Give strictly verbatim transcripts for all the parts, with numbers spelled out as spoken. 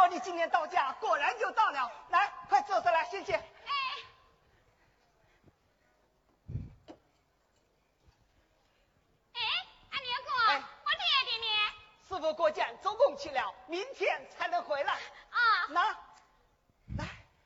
你今年到家果然就到了，来，快坐下来歇歇。 哎，哎，阿牛哥， 哎我爹爹呢？ 师傅过江走工去了，明天才能回来。 啊， 那，来，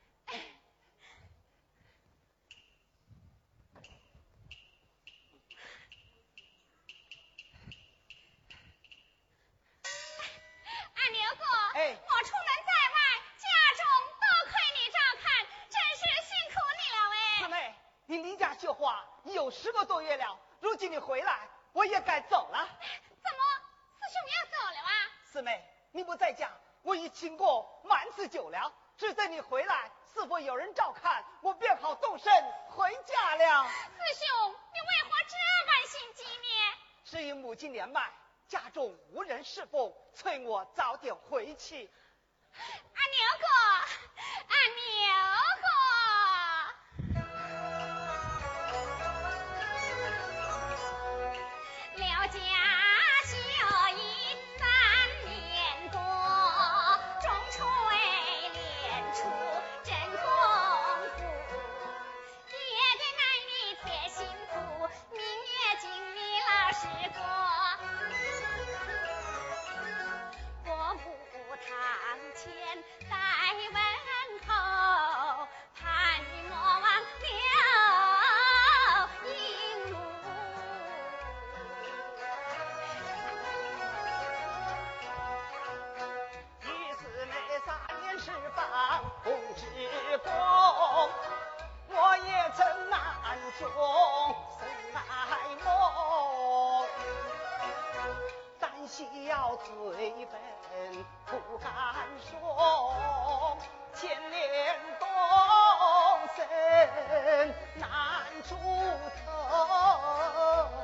阿牛哥， 哎我出门在外，家中都亏你照看，真是辛苦你了哎。 师妹，你离家学画已有十个多月了，如今你回来，我也该走了。 怎么，师兄要走了啊？ 师妹，你不在家，我已请过满次酒了，只等你回来，是否有人照看，我便好动身回家了。 师兄，你为何这般心急呢？ 是因母亲年迈，家中无人侍奉，催我早点回去。 阿牛哥，阿牛哥，了家休已三年多，中春连出真功夫，爹爹奶你贴辛苦，明月经历老实过。国母堂前待问候，盼你莫忘了应路。 于是那三年释放公之功，我也曾难中生爱梦。但需要追本不敢说，牵连东身难出头。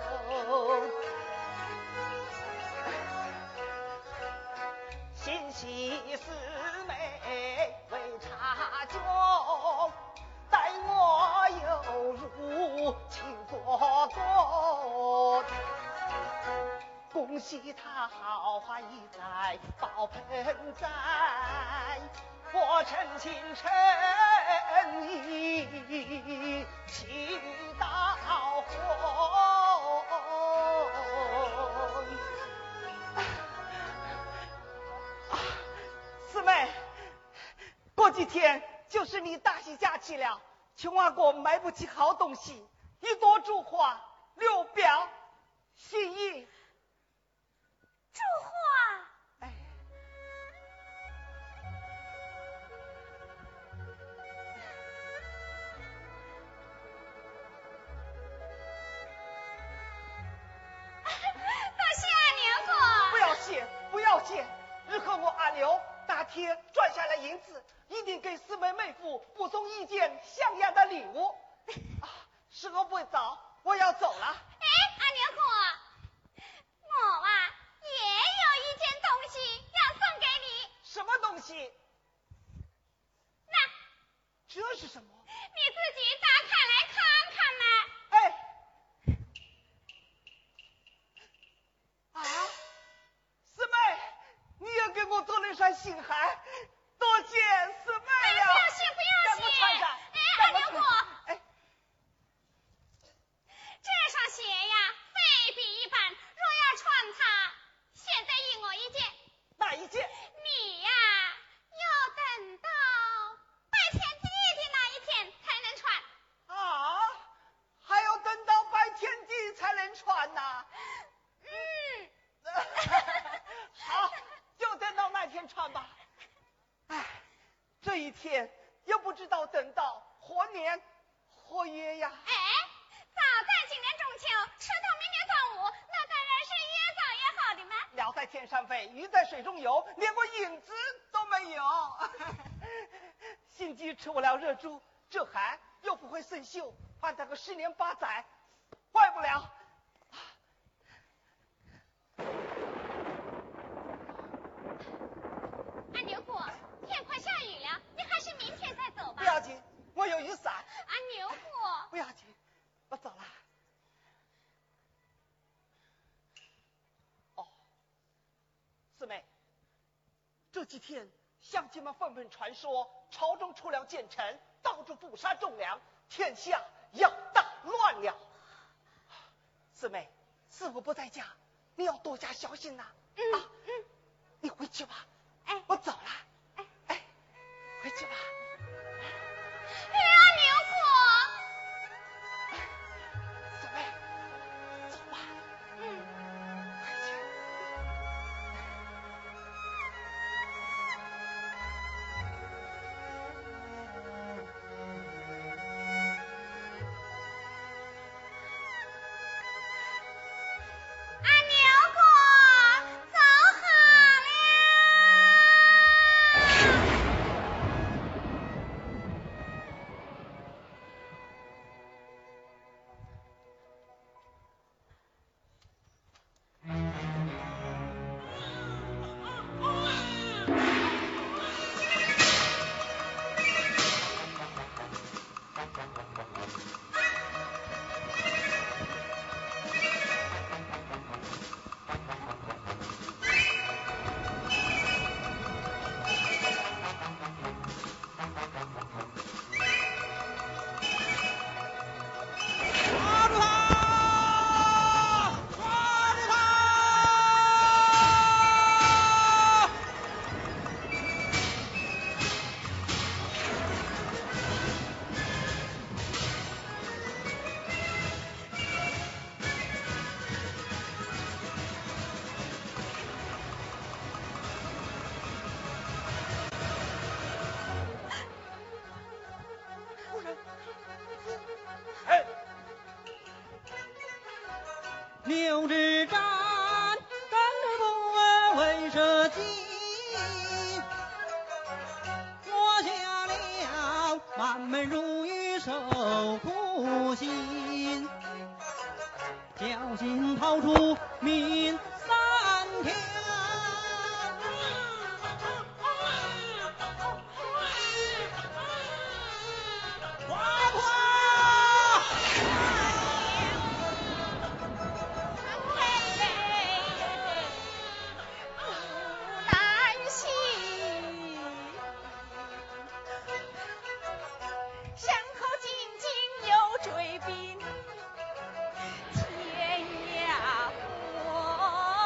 心系师妹为茶酒，待我有如亲哥哥。恭喜他好花已在爆盆栽，我诚心诚意祈祷婚。师妹，过几天就是你大喜假期了，穷阿哥买不起好东西，一朵祝花留表心意。 祝花， 哎， 多谢阿牛哥。 不要谢，不要谢，日后我阿刘打铁赚下来银子，一定给师妹妹夫补送一件像样的礼物。啊，时候不早，我要走了。 哎，阿牛哥，我啊也有一件东西要送给你。 什么东西？ 那这是什么？ 你自己打开来看看嘛。 哎，啊，师妹，你也给我做了一双新鞋，多谢师妹哎， 呀！ 不要谢，不要赶快穿谢。 上哎，阿牛哥， 哎， 这双鞋呀非比一般，若要穿它，现在应我一件， 哪一件？ 你呀要等到拜天地的那一天才能穿。 啊，还要等到拜天地才能穿呐、 嗯， 好，就等到那天穿吧。哎，这一天也不知道等到何年何月呀。 哎，早在今年中秋，吃到明年端午，那当然是越早越好的嘛。 鸟在天上飞，鱼在水中游，连个影子都没有。心急吃不了热猪，这还又不会生锈，换它个十年八载，坏不了。 阿牛哥，天快下雨了，你还是明天再走吧。 不要紧，我有雨伞。 阿牛哥， 不要紧，我走了。哦，四妹，这几天乡亲们纷纷传说，朝中出了奸臣，到处捕杀忠良，天下要大乱了。四妹，师傅不在家，你要多加小心呐、啊。 嗯啊、 嗯， 你回去吧。 哎， 我走了。 哎哎，回去吧。 哎呀，牛哥。 四妹，走吧。 嗯。 回去。 刘志战，干部为社稷，活下了满门如玉受苦心，侥幸逃出民三条。 天涯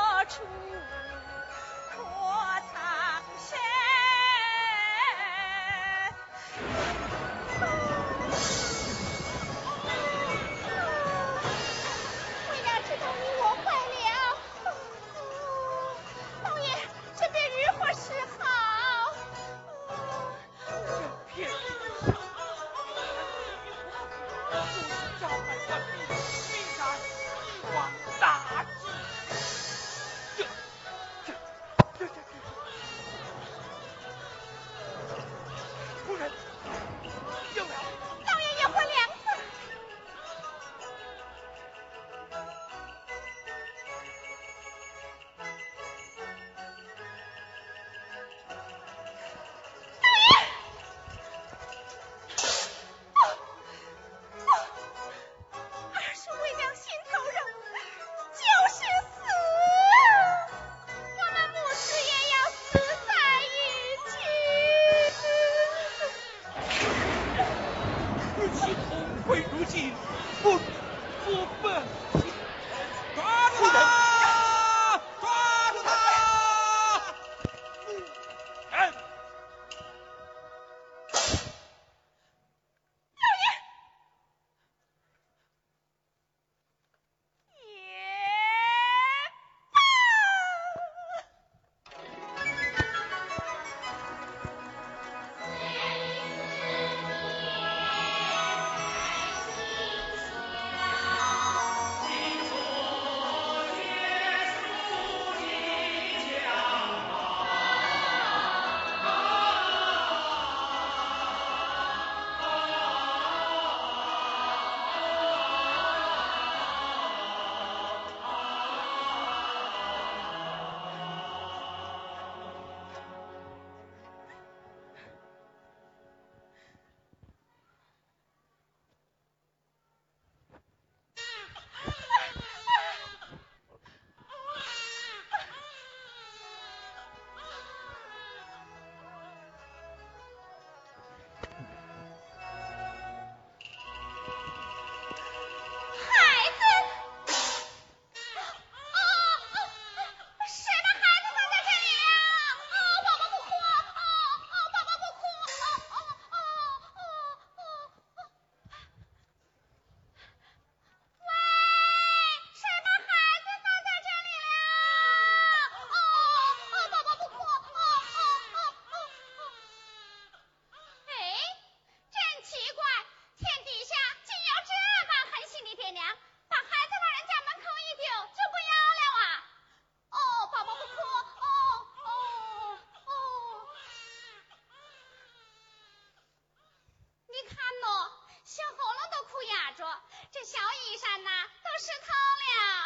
这小衣衫呐，都湿透了。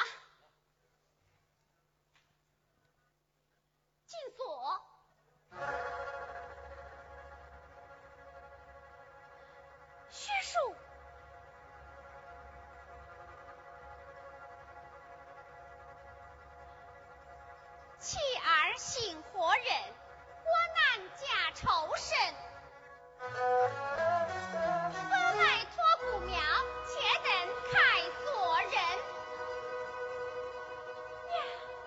进锁。薛叔。妻儿幸活人，我难嫁仇深。分外托孤苗，且等开锁人。呀，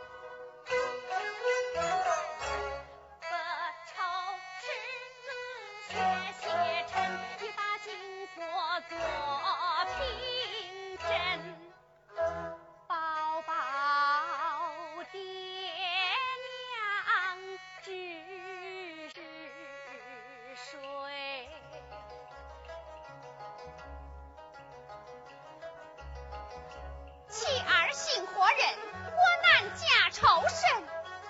不愁世子薛写成，已把金锁做凭证。宝宝爹娘治水，妻儿幸活人，我难嫁仇深。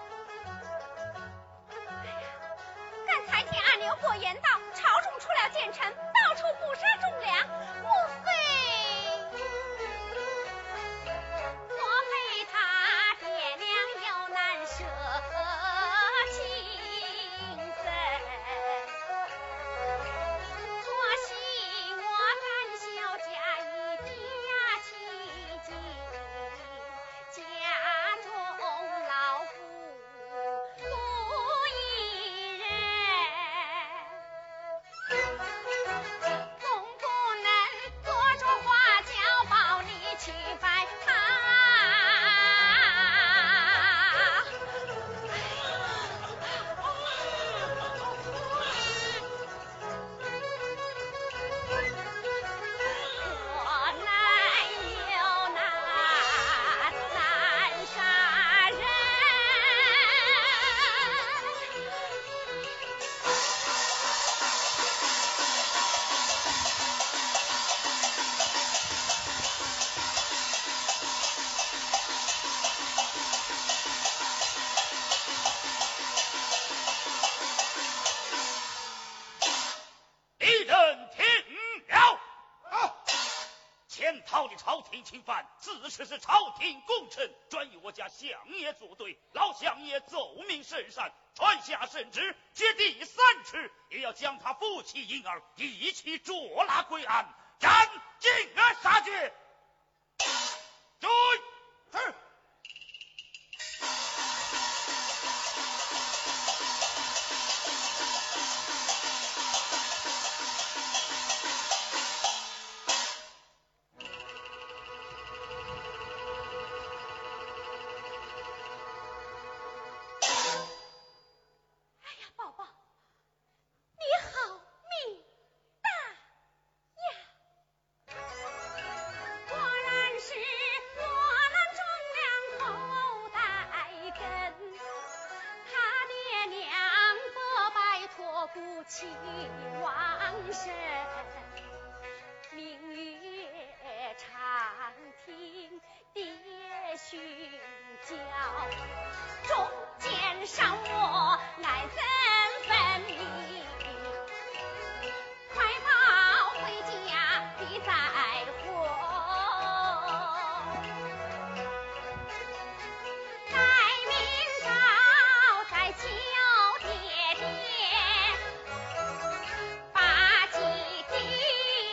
刚才听暗流过言道，朝中出了奸臣，到处捕杀忠良，莫非莫非他爹娘又难舍情分？可惜我甘小家一家凄静，家中老父独一人，总不能坐着花轿抱你去拜他。我难又难，难杀人。 敌人听了！啊！潜逃的朝廷钦犯，自恃是朝廷功臣，专与我家相爷作对。老相爷奏明圣上，传下圣旨，决第三尺，也要将他夫妻婴儿一起捉拿归案，斩尽而杀绝。追！是。 宝宝，你好命大呀！果然是我那忠良后代根，他爹娘不拜托孤亲王神，明月长听爹训教，中间伤我爱憎分明，快跑回家必再活，待明朝再求爹爹把祭地。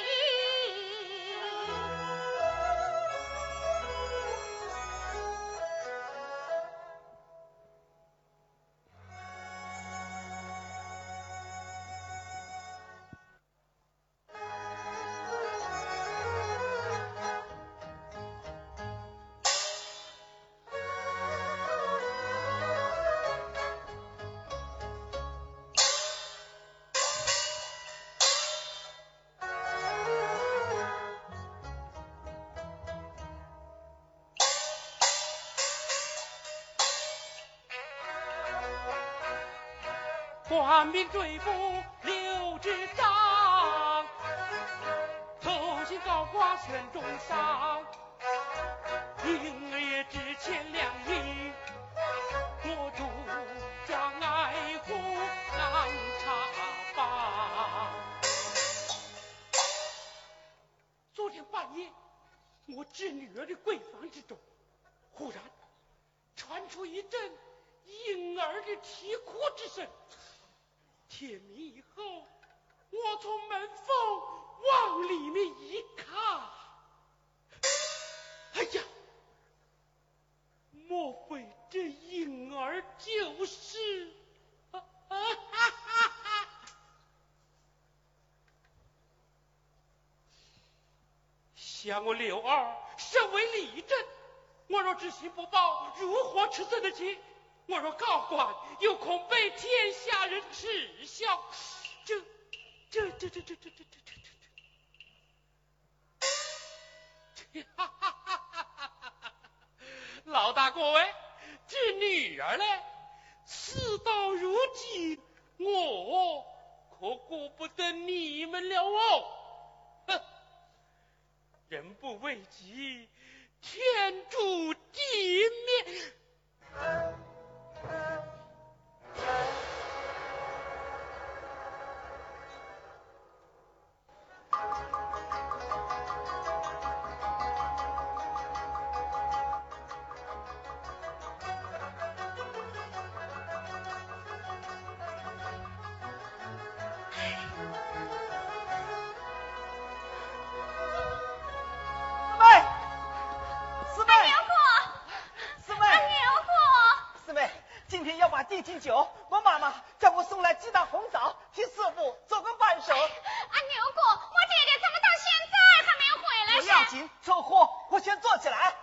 官兵追捕刘知章，偷心高挂悬中伤，婴儿也只欠良医，国主将爱护安插房。昨天半夜我侄女儿的闺房之中，忽然传出一阵婴儿的啼哭之声。天明以后，我从门缝往里面一看，哎呀，莫非这婴儿就是？啊啊哈哈哈！想我柳儿身为里镇，我若知情不报，如何吃罪得起？我若告官，又恐被天下人耻笑。这、这、这、这、这、这、这、这、这、这……哈哈哈哈哈哈！老大各位，这女儿呢？事到如今，我可顾不得你们了哦。哼！人不为己，天诛地灭。 地敬酒，我妈妈叫我送来几打红枣，替师傅做个伴手。 啊，牛哥，我姐姐怎么到现在还没有回来？ 不要紧，凑合，我先坐起来。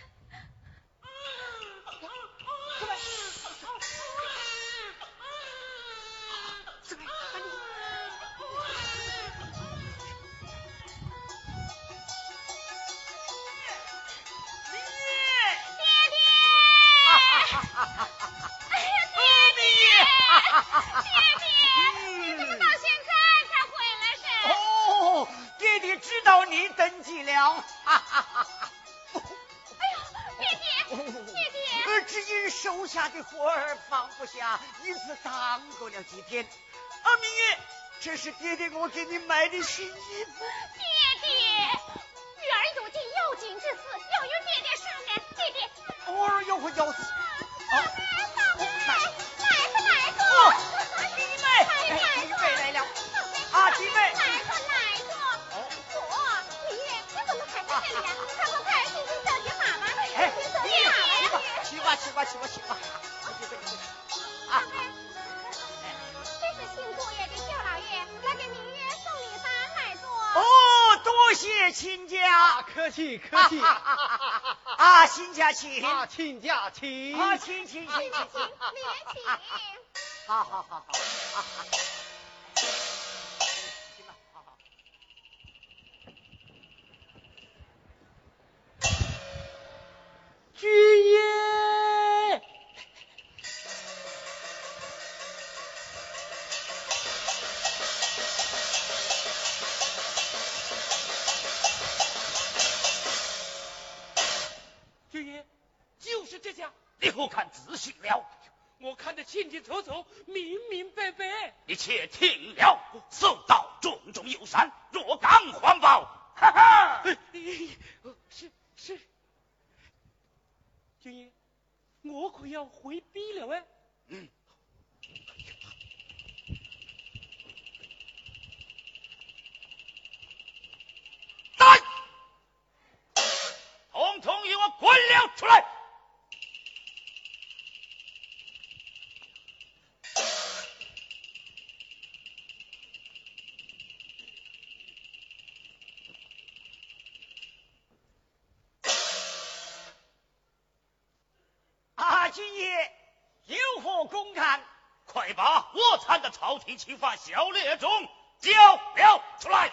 因此耽搁了几天。啊，明月，这是爹爹我给你买的新衣服。 爹爹，女儿有件要紧之事要与爹爹商量。爹爹， 哦，有会有事。 啊，来来来坐。 弟妹，弟妹来了。啊，弟妹， 来坐来坐。坐。明月，你怎么还在这里呀？快快快，进去叫姐妈妈。 哎，去吧去吧去吧去吧。 啊，这是新过夜的舅老爷来给明月送礼单来做。 哦，多谢亲家。 啊，客气客气。 啊，亲家请。 啊，亲家请。 啊，请请请请请， 里面请。 好好好好。啊行了，好好。 君爷。君爷，就是这家。 你何看仔细了？ 我看得清清楚楚，明明白白。 你且听了，受到重重有赏，若敢还报，哈哈！ 是是，君爷，我可要回避了哎。 嗯。来，统统与我滚了出来！ 啊，君爷有何公干？ 快把我参的朝廷侵犯小列中交了出来！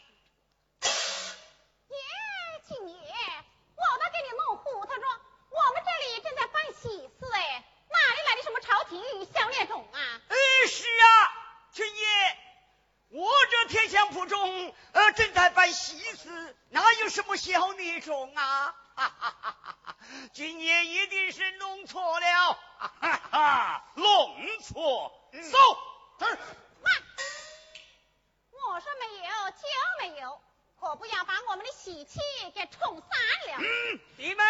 爷，亲爷，我倒给你弄糊涂着，我们这里正在办喜事哎，哪里来的什么朝廷小列种啊？ 呃，是啊，君爷，我这天香铺中呃正在办喜事，哪有什么小列种啊？哈哈哈哈！君爷一定是弄错了， 哈哈，弄错，走这儿。 慢，我说没有就没有，可可不要把我们的喜气给冲散了。 嗯，弟妹，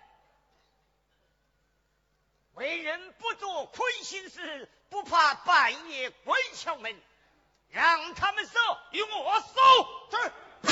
为人不做亏心事，不怕半夜鬼敲门，让他们搜， 与我搜。 是。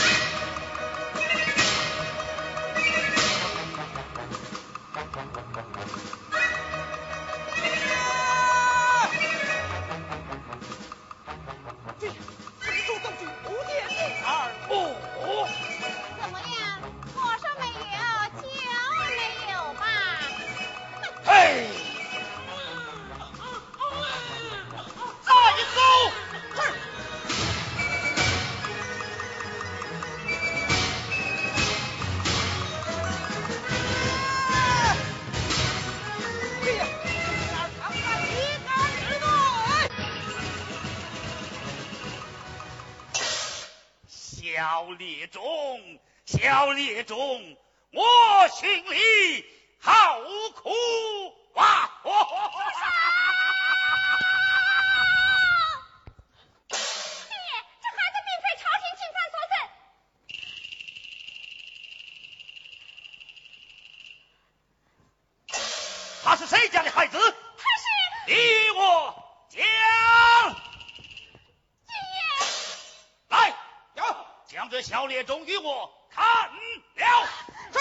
这这是主动去不见你儿哦， 怎么样？我说没有就没有吧。 嘿，再搜。小列中，小列中，我心里好苦啊！ 爹，这孩子并非朝廷钦犯所赠。 他是谁家的孩子？ 他是。 依我讲。 军爷。 来，有将这小列中与我看了。 是。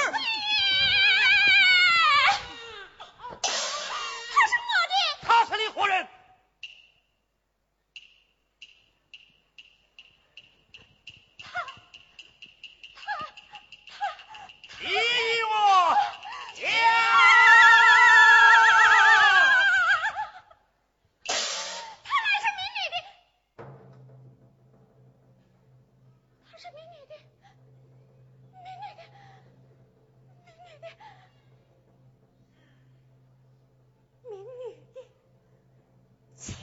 他是我的。 他是你何人？ 他他他依我讲。 他乃是民女的。他是民女的。民女的。民女的。民女的亲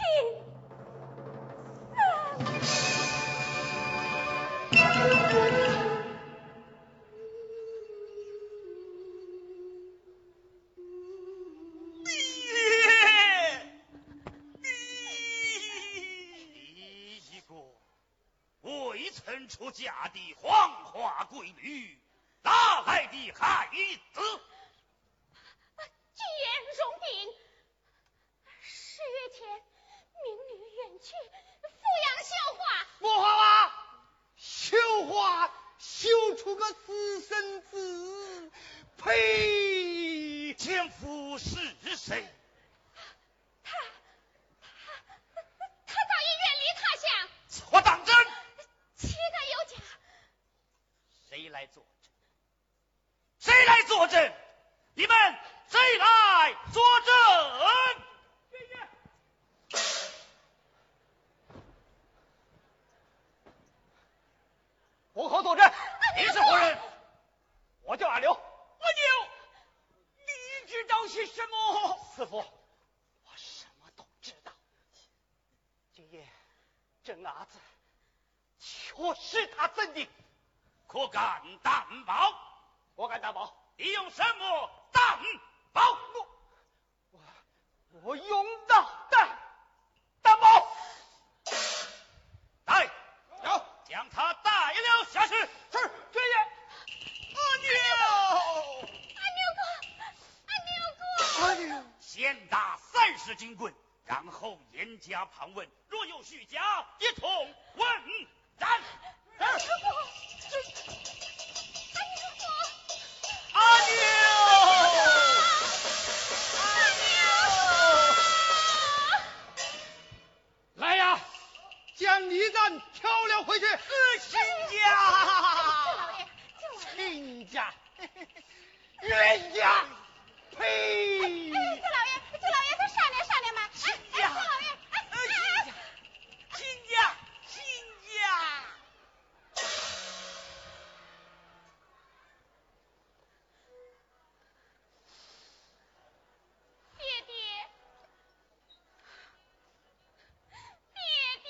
你一个未曾出嫁的黄花闺女，哪来的孩子？ 君言容禀。十月前，民女远去抚养绣花。 莫好啊！绣花绣出个私生子，呸！ 奸夫是谁？ 他他他早已远离他乡， 此话当真？ 妻德有加。 谁来作证？ 谁来作证？你们谁来作证？ 我可作证。 你是何人？ 我叫阿刘。阿牛，你知道些什么？师傅，我什么都知道。今夜这伢子确是他赠的， 可敢担保？ 我敢担保。 你用什么担保？ 我我用到担担保。 来， 有， 将他带了下去。 是军爷。阿牛， 阿牛哥，阿牛哥。 阿牛， 先打三十斤棍，然后严加盘问，若有虚假，一同问斩。 阿牛哥，阿牛哥。 阿牛， 来呀，将李赞挑了回去。 亲家， 舅老爷，舅老爷。 亲家，冤家，呸！ 哎，舅老爷，舅老爷，他善良善良嘛。哎哎，舅老爷，哎哎。 亲家，亲家。 爹爹，爹爹，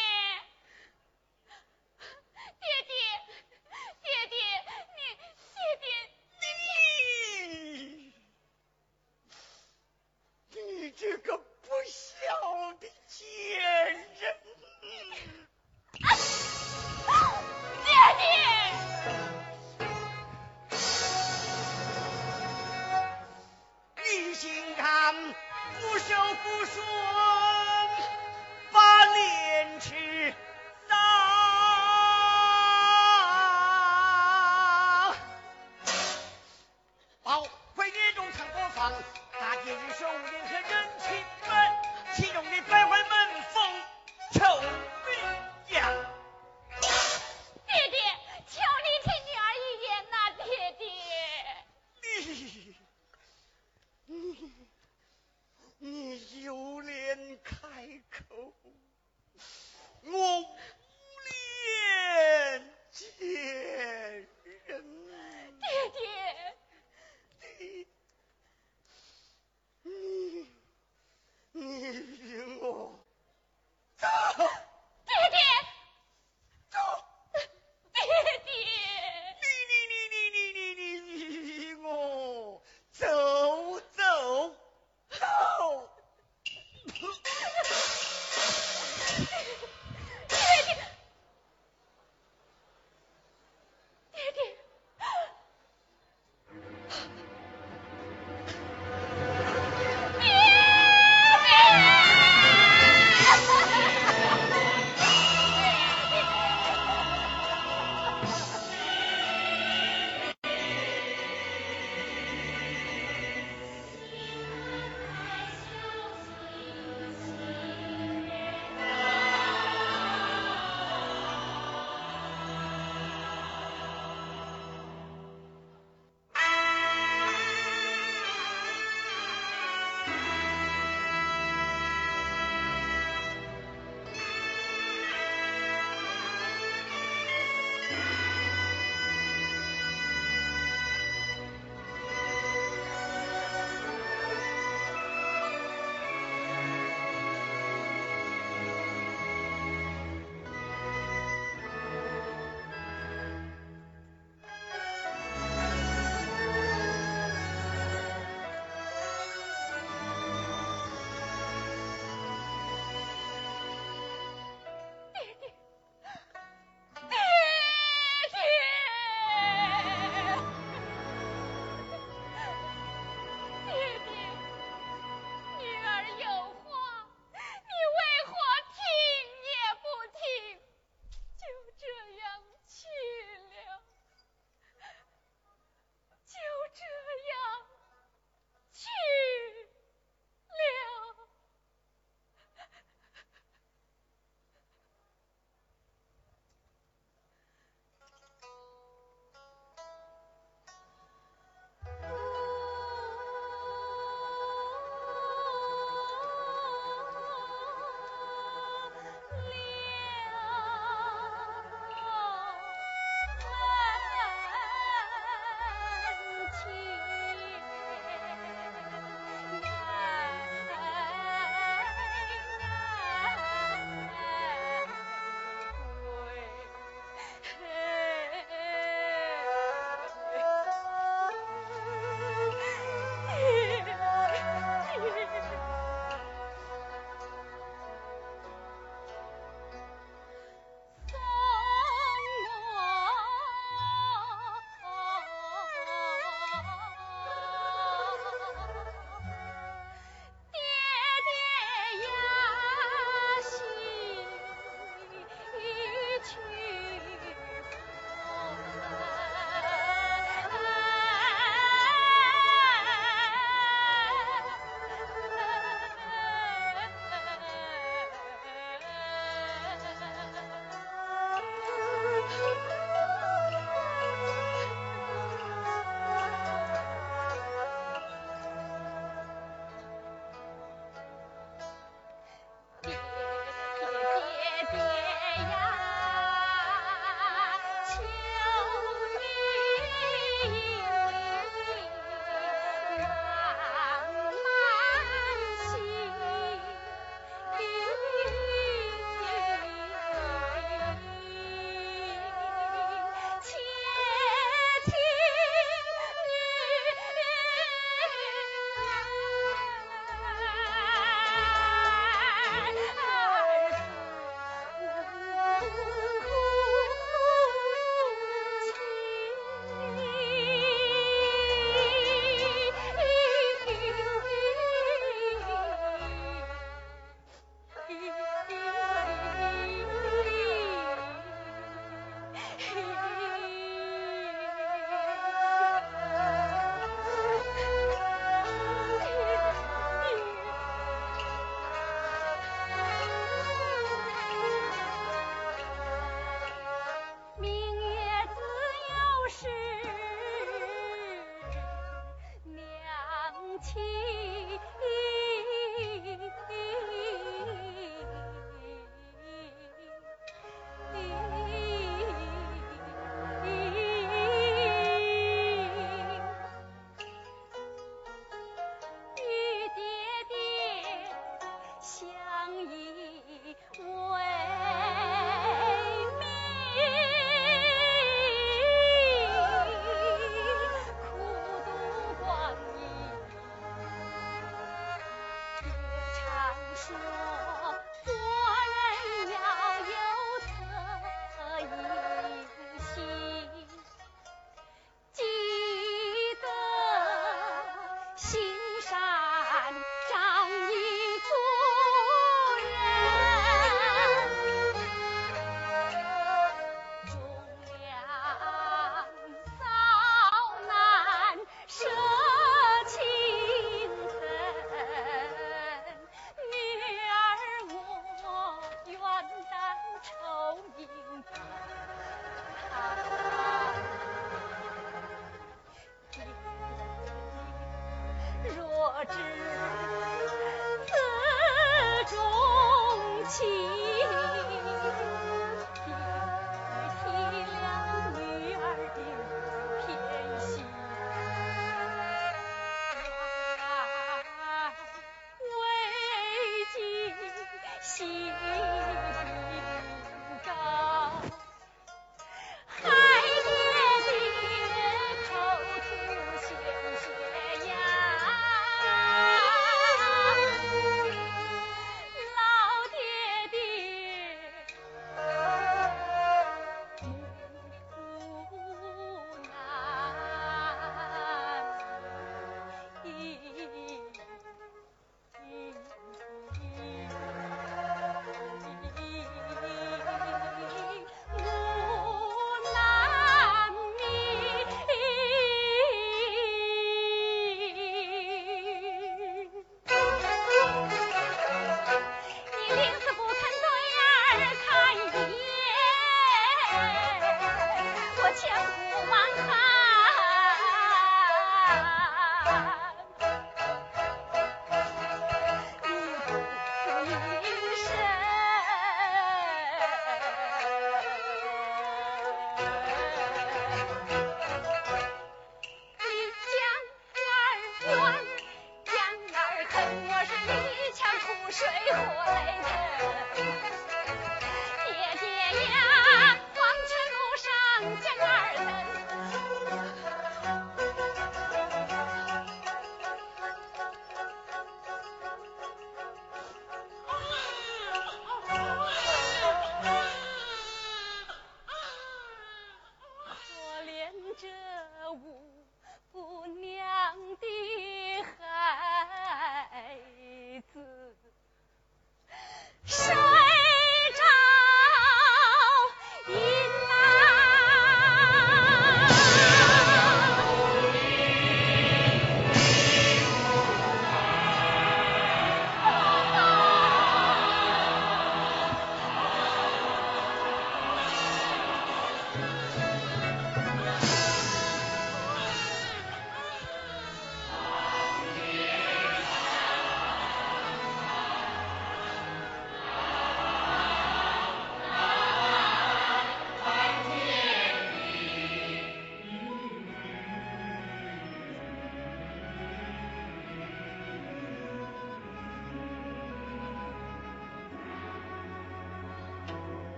爹爹，爹爹，你，爹爹， 你，你这个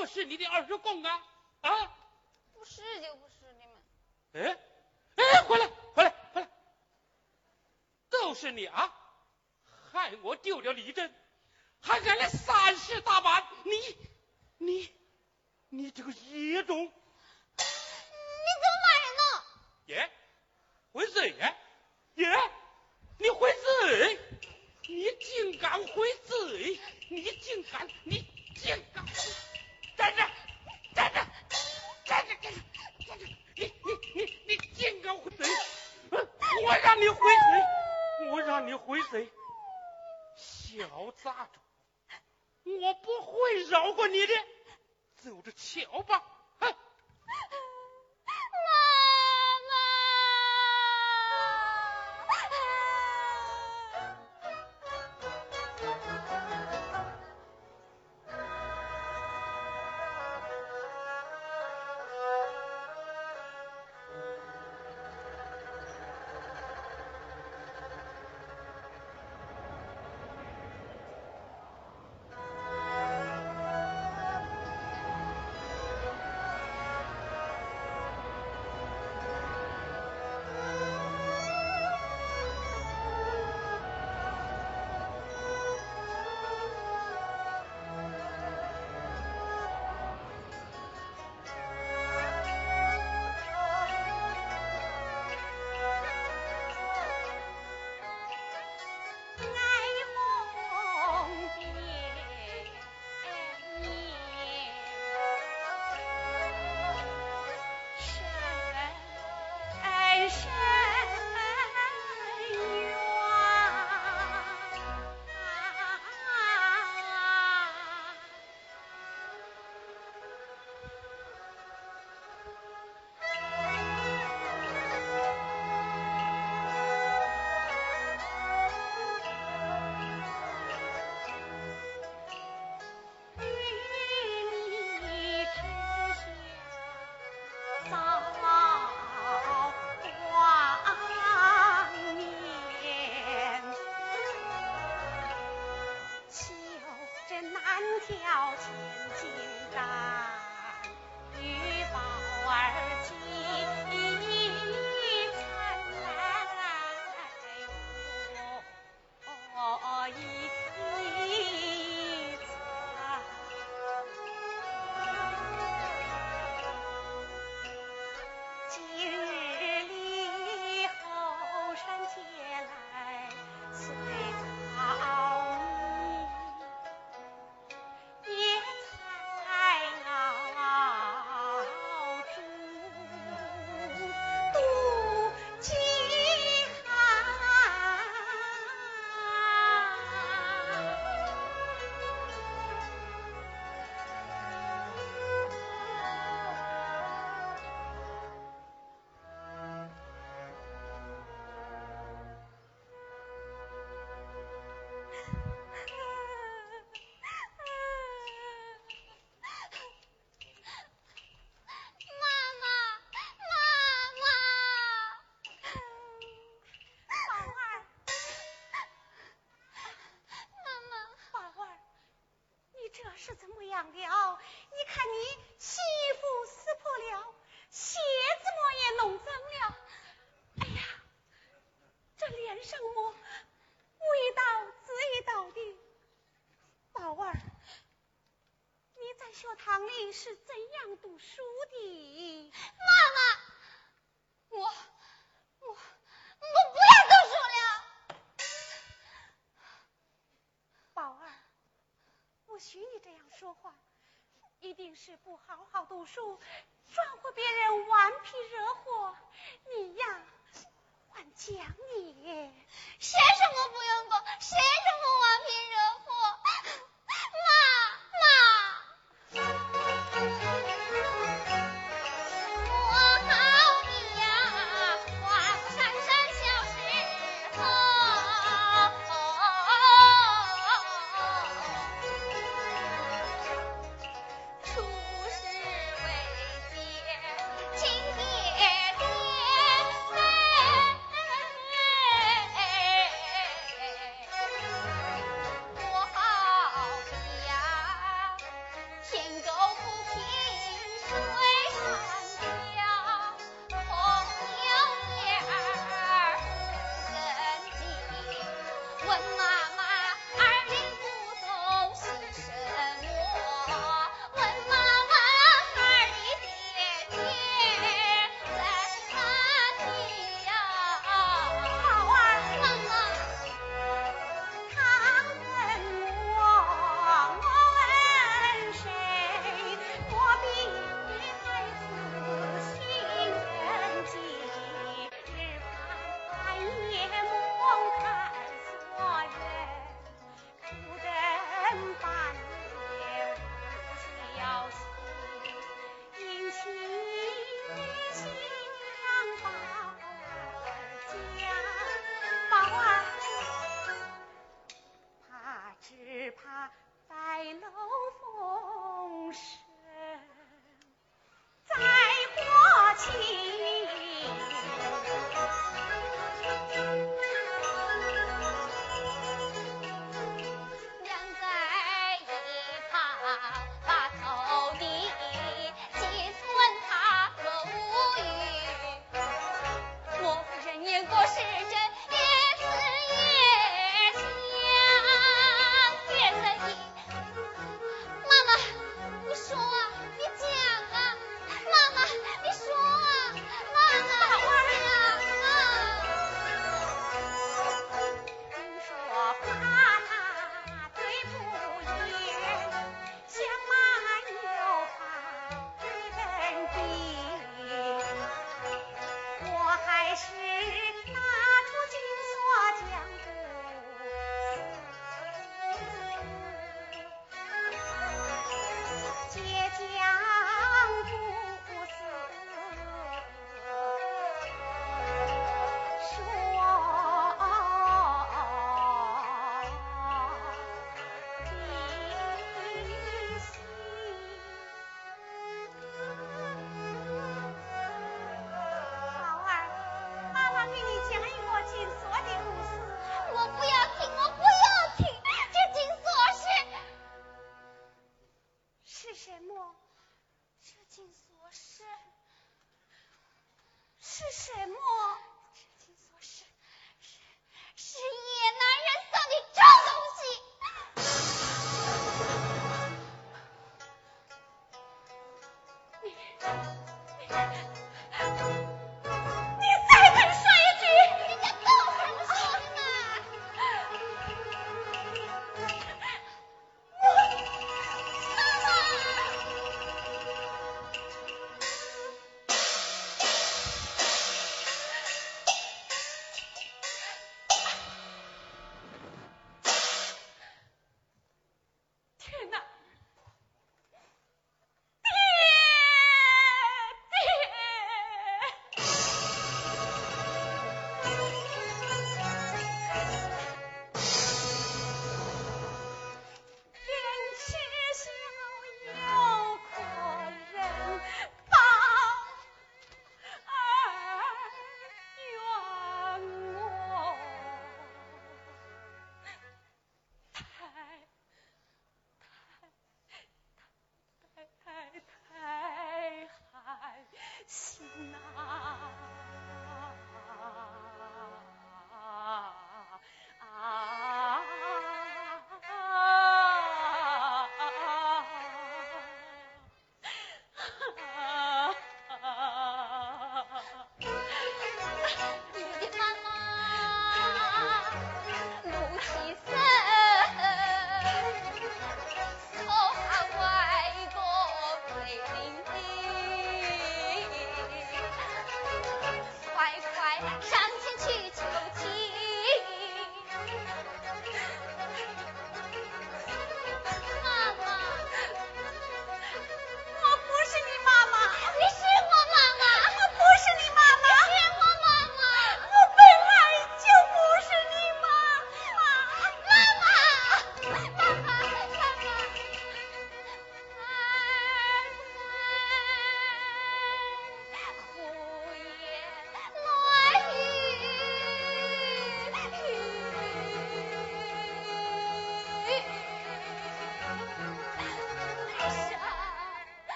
不是你的二公啊？啊？ 不是就不是你们。 哎哎，回来回来回来！都是你啊！害我丢了李真，还敢来三十大板！你你你这个野种！ 你怎么骂人呢？ 耶，回嘴耶耶！你回嘴！你竟敢回嘴！你竟敢！你竟敢！站着！站着！站着！站着！站着！你你你你竟敢回嘴！我让你回嘴！我让你回嘴！小杂种，我不会饶过你的！走着瞧吧！哼！ 是怎么样了？你看你西服撕破了，鞋子么也弄脏了。哎呀，这脸上么味道嘴道的。宝儿，你在学堂里是怎样读书的？妈妈，我我我不要读书了。宝儿，不许你这样说话，一定是不好好读书，转和别人顽皮惹祸。你呀，还讲你，谁说我不用功？谁说我顽皮惹祸？妈妈，我好比呀花果山山小石头，出师为奸，亲爹爹。我是什么？这金锁是是是野男人送的臭东西。你你再肯说一句，人家都这么说的嘛。我妈妈。天哪！爹爹！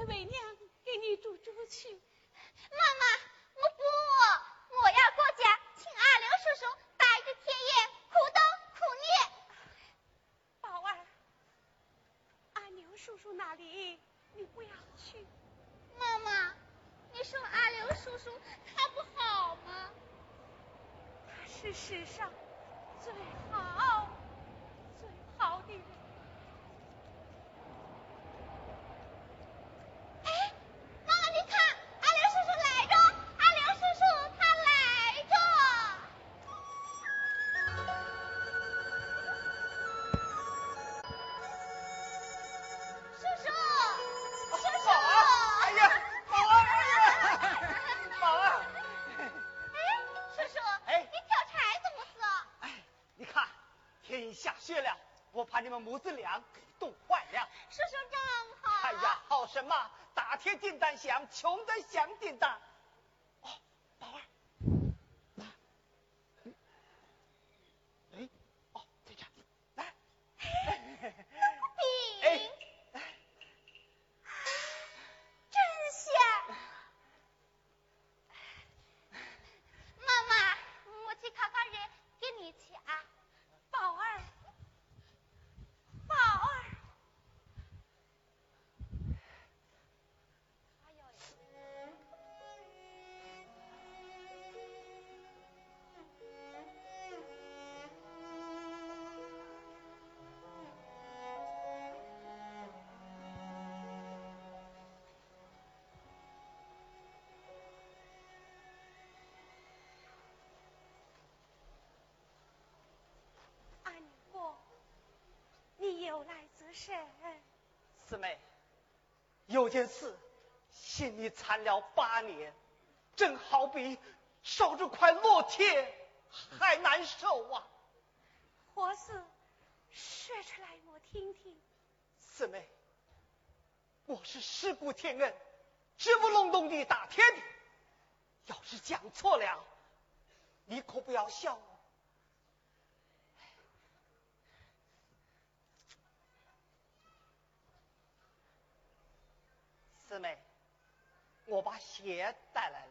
为娘给你煮粥去。妈妈，我不，我要过家，请阿刘叔叔带着铁爷苦斗苦虐。宝儿，阿牛叔叔那里你不要去。妈妈，你说阿刘叔叔他不好吗？他是世上最好最好的人。哎，妈妈你看，阿刘叔叔来着，阿刘叔叔他来着。叔叔，叔叔。 哎呀，宝儿，哎呀，宝儿。 哎，叔叔， 哎你挑柴怎么死？ 哎，你看天下雪了，我把你们母子俩给冻坏了。 叔叔正好。 哎呀，好什么？大铁叮当响，穷的响叮当。哦，宝儿，哎，哦，在这儿，来。 饼， 哎， 真香。妈妈，我去烤烤热给你吃啊。宝儿，宝儿。哎呦呀！阿牛哥，你有来自甚？ 四妹，有件事心里缠了八年，正好比烧着块烙铁，还难受啊。 何事？说出来我听听。 四妹，我是尸骨天恩，直不隆咚的打天的，要是讲错了，你可不要笑我。四妹，我把鞋带来了。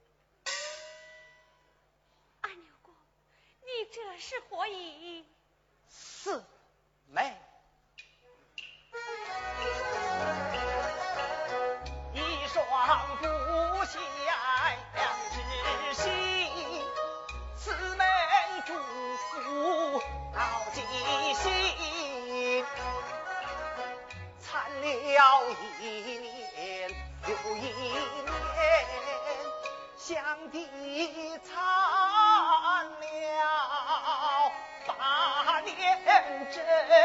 阿牛哥，你这是何意？ 四妹，一双不嫌两只心，四妹祝福到记心，惨了一年又一年，想的惨了八年整。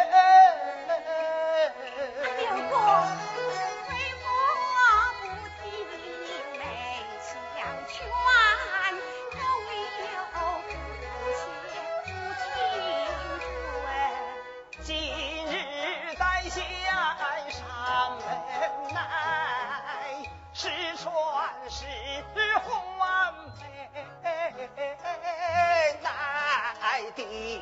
牛哥，为我不听没相劝，可唯有不写不听准。 今日在线上门来，是传是还没来的。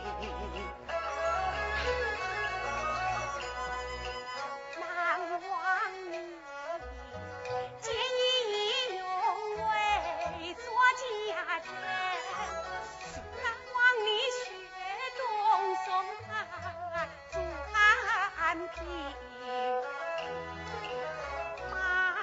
难忘你见义勇为做家珍，难忘你雪中送炭煮寒皮。八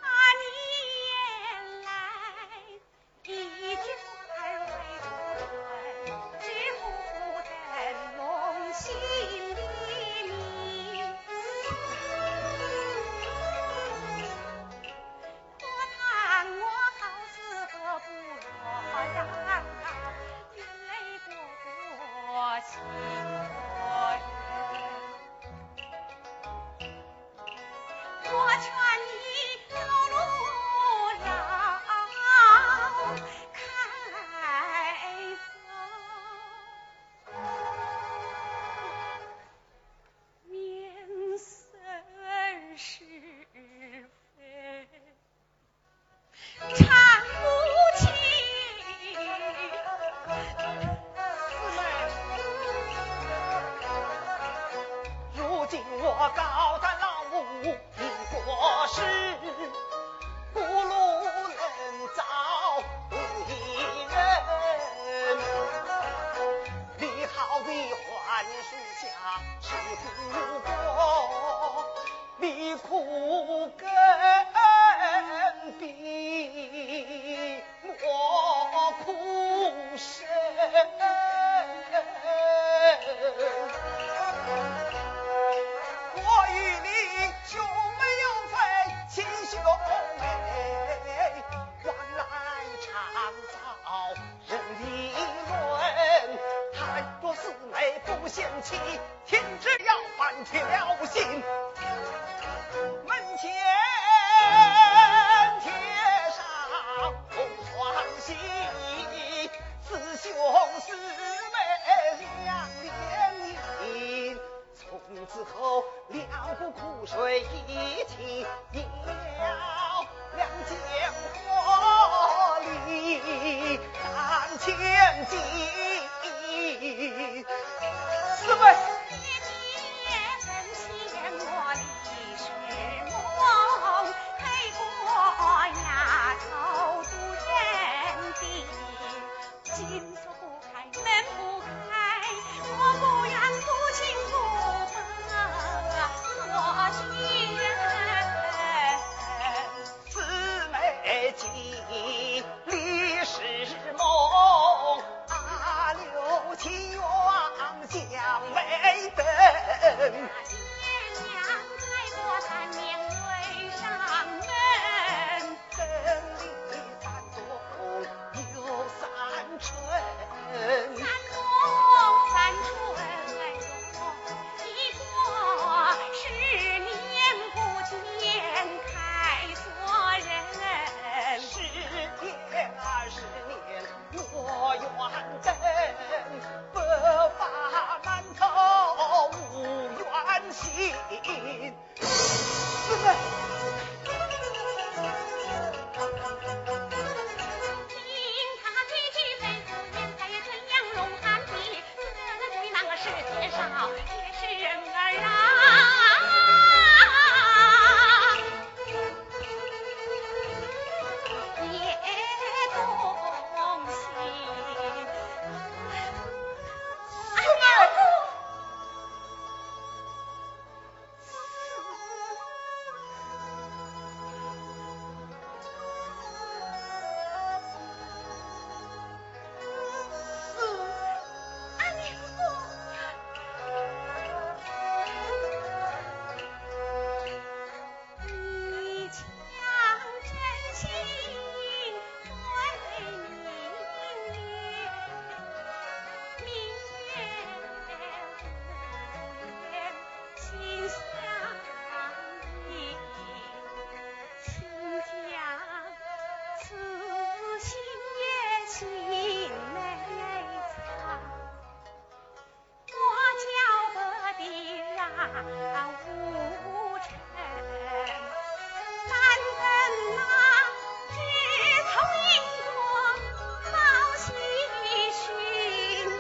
年来一句话为不准，只不得弄心里明。可叹我好似不若让，眼泪过过心过人。我劝你走路绕开走，免生是非，缠不清。 四妹， 树下吃苦果，离苦根比我苦深。我与你兄妹有罪，亲兄妹，往来常遭人议论。倘若四妹不嫌弃，天只要犯挑衅，门前贴上红双喜，四兄四妹两连理。从此后两股苦水一起了，两江火里干千斤。四妹爹爹分钱我历史梦，陪过丫头渡人地，金锁不开门不开，我不愿不亲不分我居人。 四妹记历史梦，啊刘七王将没等。 爹娘开过三年未上门， 等里三冬有三春， 三冬三春一过十年不见开锁人， 十年二十年我愿等，不发馒头无怨心。四妹听他推举非夫人，他也怎样容寒地，这对那个世界上也是人儿啊。也动心。哎呀！一腔真情追明月，明月无言心相依，亲家此心也心内藏，我叫得的让无尘，难等那枝头迎过报喜讯，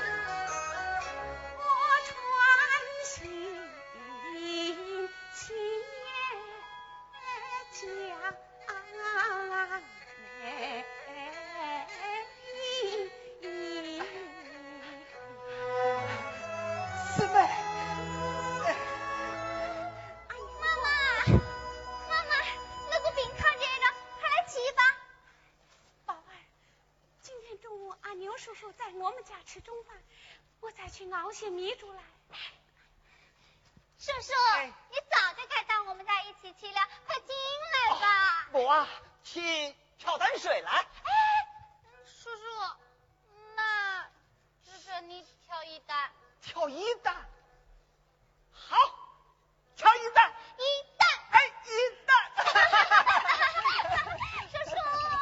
我传信且将四妹， 妈妈，妈妈，那个病炕热着，快来起吧。宝儿，今天中午俺牛叔叔在我们家吃中饭，我再去熬些米煮来。叔叔，你早就该到我们家一起去了，快进来吧。 不啊，去挑担水来。 哎，叔叔，那只准你挑一担。 挑一担，好，挑一担， 一担。 哎，一担。 叔叔。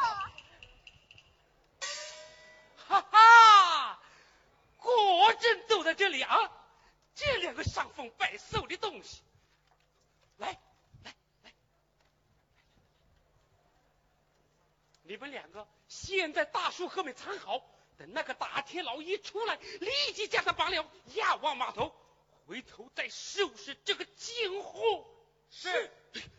哈哈，果真都在这里啊！这两个伤风败俗的东西，来来来，你们两个先在大树后面藏好，等那个大铁佬一出来，立即将他绑了，押往码头，回头再收拾这个贱货。是。